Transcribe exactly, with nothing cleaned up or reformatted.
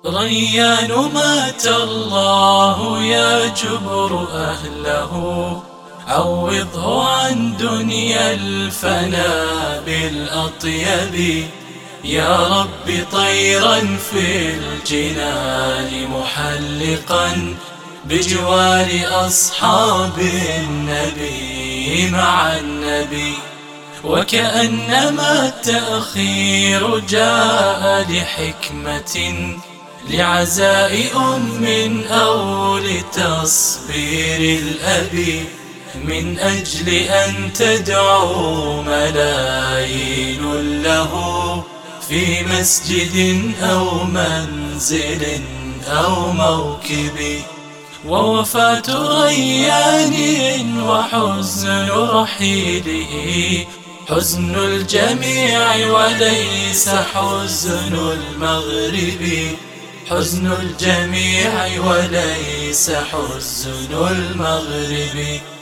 ريان مات الله يجبر أهله، عوضه عن دنيا الفنا بالأطيب. يا رب طيرا في الجنان محلقا بجوار أصحاب النبي مع النبي. وكأنما التأخير جاء لحكمة، لعزاء أم أو لتصبير الأب، من أجل أن تدعو ملايين له في مسجد أو منزل أو موكب. ووفاة ريان وحزن رحيله حزن الجميع وليس حزن المغرب، حزن الجميع وليس حزن المغرب.